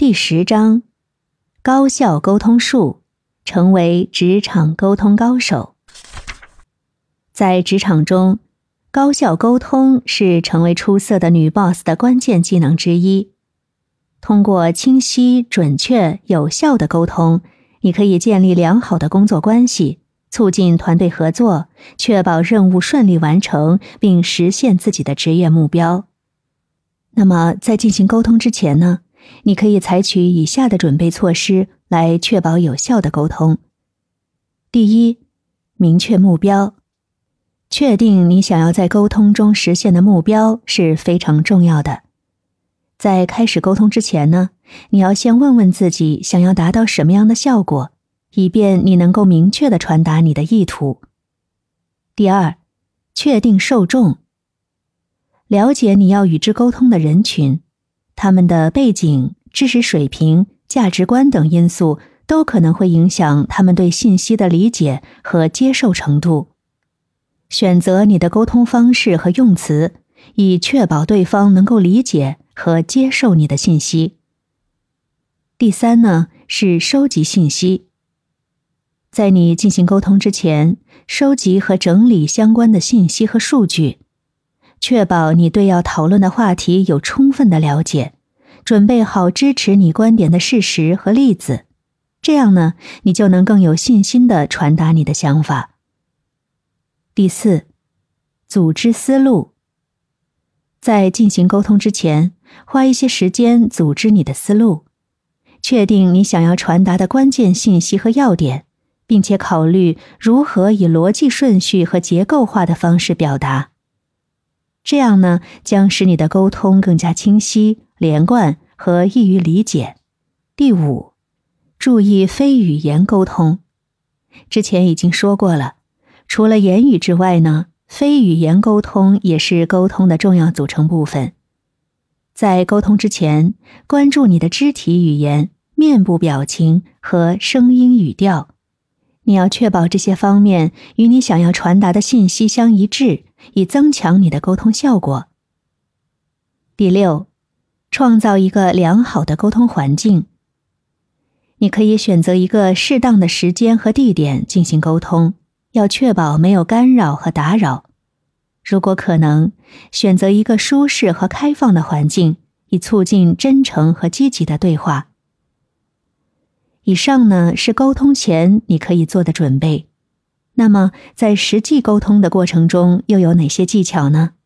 第10章，高效沟通术，成为职场沟通高手。在职场中，高效沟通是成为出色的女 boss 的关键技能之一。通过清晰、准确、有效的沟通，你可以建立良好的工作关系，促进团队合作，确保任务顺利完成，并实现自己的职业目标。那么，在进行沟通之前呢，你可以采取以下的准备措施来确保有效的沟通。第一，明确目标。确定你想要在沟通中实现的目标是非常重要的。在开始沟通之前呢，你要先问问自己想要达到什么样的效果，以便你能够明确地传达你的意图。第二，确定受众。了解你要与之沟通的人群，他们的背景、知识水平、价值观等因素都可能会影响他们对信息的理解和接受程度。选择你的沟通方式和用词，以确保对方能够理解和接受你的信息。第三呢，是收集信息。在你进行沟通之前，收集和整理相关的信息和数据，确保你对要讨论的话题有充分的了解，准备好支持你观点的事实和例子，这样呢，你就能更有信心地传达你的想法。第四，组织思路。在进行沟通之前，花一些时间组织你的思路，确定你想要传达的关键信息和要点，并且考虑如何以逻辑顺序和结构化的方式表达。这样呢，将使你的沟通更加清晰、连贯和易于理解。第五，注意非语言沟通。之前已经说过了，除了言语之外呢，非语言沟通也是沟通的重要组成部分。在沟通之前，关注你的肢体语言、面部表情和声音语调。你要确保这些方面与你想要传达的信息相一致，以增强你的沟通效果。第六，创造一个良好的沟通环境。你可以选择一个适当的时间和地点进行沟通，要确保没有干扰和打扰。如果可能，选择一个舒适和开放的环境，以促进真诚和积极的对话。以上呢，是沟通前你可以做的准备。那么，在实际沟通的过程中，又有哪些技巧呢？